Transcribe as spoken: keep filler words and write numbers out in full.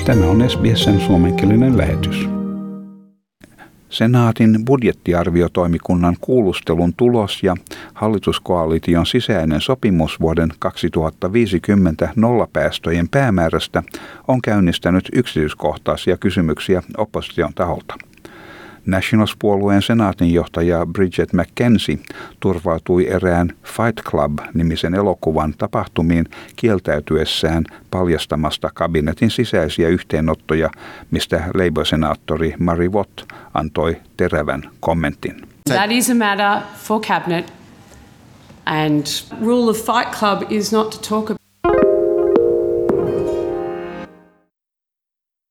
Tämä on S B S:n suomenkielinen lähetys. Senaatin budjettiarviotoimikunnan kuulustelun tulos ja hallituskoalition sisäinen sopimus vuoden kaksituhattaviisikymmentä nollapäästöjen päämäärästä on käynnistänyt yksityiskohtaisia kysymyksiä opposition taholta. Nationals-puolueen senaatinjohtaja Bridget McKenzie turvautui erään Fight Club-nimisen elokuvan tapahtumiin kieltäytyessään paljastamasta kabinetin sisäisiä yhteenottoja, mistä Labour-senaattori Murray Watt antoi terävän kommentin. That is a matter for cabinet, and rule of Fight Club is not to talk about.